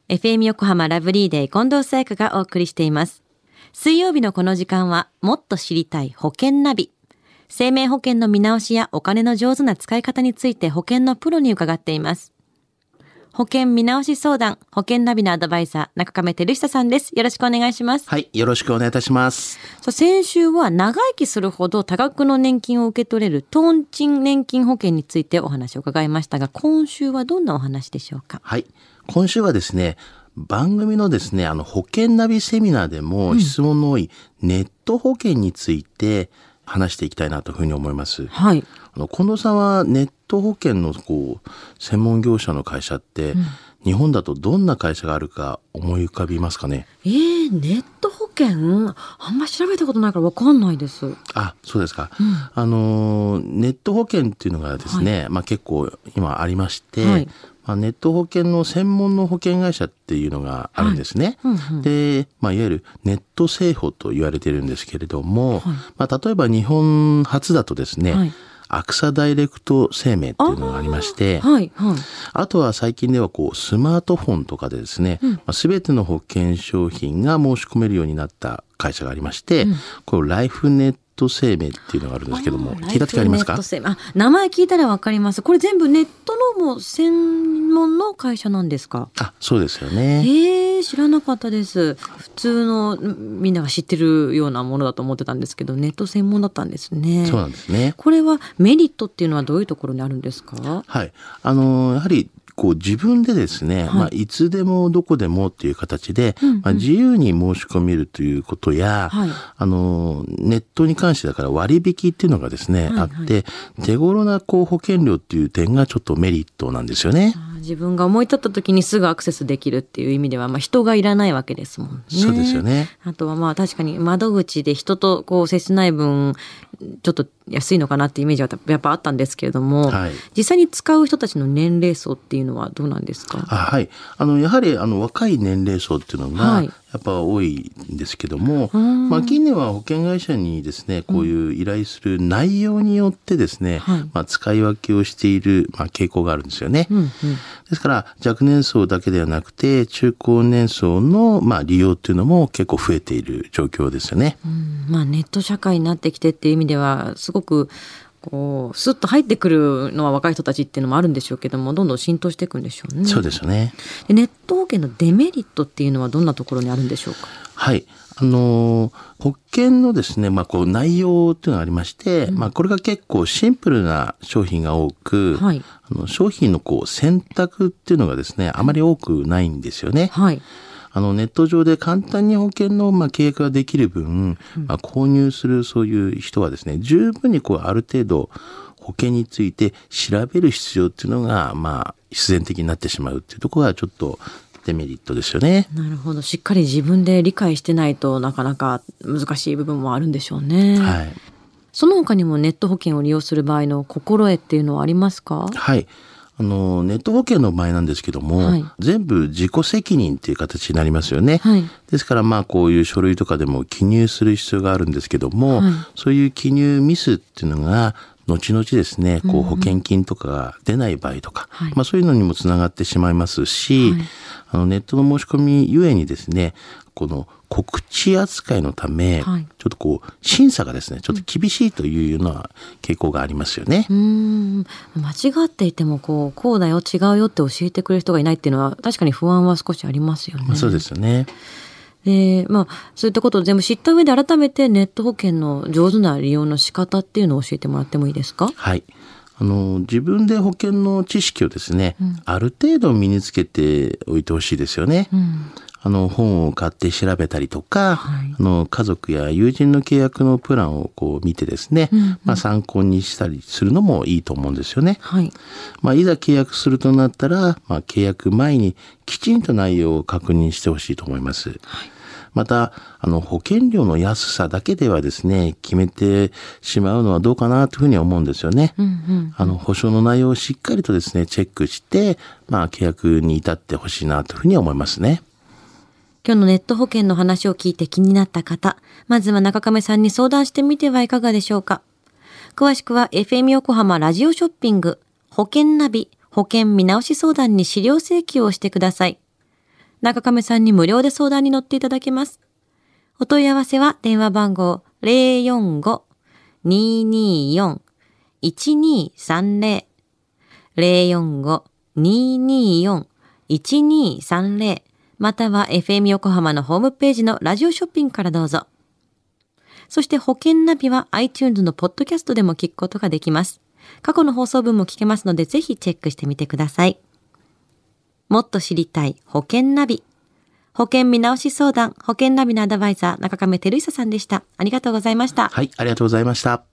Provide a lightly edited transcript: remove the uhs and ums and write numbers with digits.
FM 横浜ラブリーデー近藤沙耶香がお送りしています。水曜日のこの時間はもっと知りたい保険ナビ。生命保険の見直しやお金の上手な使い方について保険のプロに伺っています。保険見直し相談、保険ナビのアドバイザー、中亀照久さんです。よろしくお願いします。 はい、よろしくお願いいたします。 先週は長生きするほど多額の年金を受け取れるトーンチン年金保険についてお話を伺いましたが、今週はどんなお話でしょうか？ はい、今週はですね、番組のですね、保険ナビセミナーでも質問の多いネット保険について話していきたいなというふうに思います。 はい。 近藤さんはネット保険の専門業者の会社って、日本だとどんな会社があるか思い浮かびますかね？ ネット保険あんまり調べたことないから分かんないです。 あ、そうですか。ネット保険っていうのがですね、結構今ありまして、ネット保険の専門の保険会社っていうのがあるんですね。で、いわゆるネット生保と言われてるんですけれども、例えば日本初だとですね、アクサダイレクト生命っていうのがありまして、あとは最近ではスマートフォンとかでですね、すべての保険商品が申し込めるようになった会社がありまして、これライフネット生命っていうのがあるんですけども、聞いた時ありますか？ 名前聞いたら分かります。これ全部ネットのもう専門の会社なんですか？ そうですよね。 知らなかったです。普通のみんなが知ってるようなものだと思ってたんですけど、ネット専門だったんですね。 そうなんですね。 これはメリットっていうのはどういうところにあるんですか？ はい。やはり自分でですね、いつでもどこでもっていう形で、自由に申し込めるということや、ネットに関してだから割引っていうのがですね、あって、手頃な保険料っていう点がちょっとメリットなんですよね。 自分が思い立った時にすぐアクセスできるっていう意味では、人がいらないわけですもんね。 そうですよね。 あとは確かに窓口で人と接しない分ちょっと安いのかなってイメージはやっぱあったんですけれども、実際に使う人たちの年齢層っていうのはどうなんですか？ はい。やはり若い年齢層っていうのがやっぱ多いんですけども、近年は保険会社にですね、こういう依頼する内容によってですね、使い分けをしている、傾向があるんですよね。ですから若年層だけではなくて中高年層の利用っていうのも結構増えている状況ですよね。 ネット社会になってきてっていう意味ではすごくスッと入ってくるのは若い人たちっていうのもあるんでしょうけども、どんどん浸透していくんでしょうね。 そうですよね。 でネット保険のデメリットっていうのはどんなところにあるんでしょうか？ はい。保険のですね、内容っていうのがありまして、これが結構シンプルな商品が多く、商品の選択っていうのがですね、あまり多くないんですよね。ネット上で簡単に保険の契約ができる分、購入するそういう人はですね、十分にある程度保険について調べる必要っていうのが必然的になってしまうっていうところがちょっとデメリットですよね。 なるほど。しっかり自分で理解してないとなかなか難しい部分もあるんでしょうね。その他にもネット保険を利用する場合の心得っていうのはありますか？ はい。ネット保険の場合なんですけども、全部自己責任っていう形になりますよね。ですからこういう書類とかでも記入する必要があるんですけども、そういう記入ミスっていうのが後々ですね、保険金とかが出ない場合とか、そういうのにもつながってしまいますし、ネットの申し込みゆえにですね、この告知扱いのため、ちょっと審査がですね、ちょっと厳しいというような傾向がありますよね。 間違っていてもこうだよ違うよって教えてくれる人がいないっていうのは確かに不安は少しありますよね。 そうですよね。 でそういったことを全部知った上で改めてネット保険の上手な利用の仕方っていうのを教えてもらってもいいですか？ はい。自分で保険の知識をですね、ある程度身につけておいてほしいですよね。本を買って調べたりとか、家族や友人の契約のプランを見てですね、参考にしたりするのもいいと思うんですよね。いざ契約するとなったら、契約前にきちんと内容を確認してほしいと思います。また、保険料の安さだけではですね、決めてしまうのはどうかなというふうに思うんですよね。保証の内容をしっかりとですね、チェックして、契約に至ってほしいなというふうに思いますね。 今日のネット保険の話を聞いて気になった方、まずは中亀さんに相談してみてはいかがでしょうか。詳しくは FM 横浜ラジオショッピング保険ナビ保険見直し相談に資料請求をしてください。 中亀さんに無料で相談に乗っていただけます。お問い合わせは電話番号 045-224-1230 045-224-1230 または FM 横浜のホームページのラジオショッピングからどうぞ。そして保険ナビは iTunes のポッドキャストでも聞くことができます。過去の放送分も聞けますのでぜひチェックしてみてください。もっと知りたい保険ナビ。保険見直し相談、保険ナビのアドバイザー、中亀照久さんでした。ありがとうございました。 はい、ありがとうございました。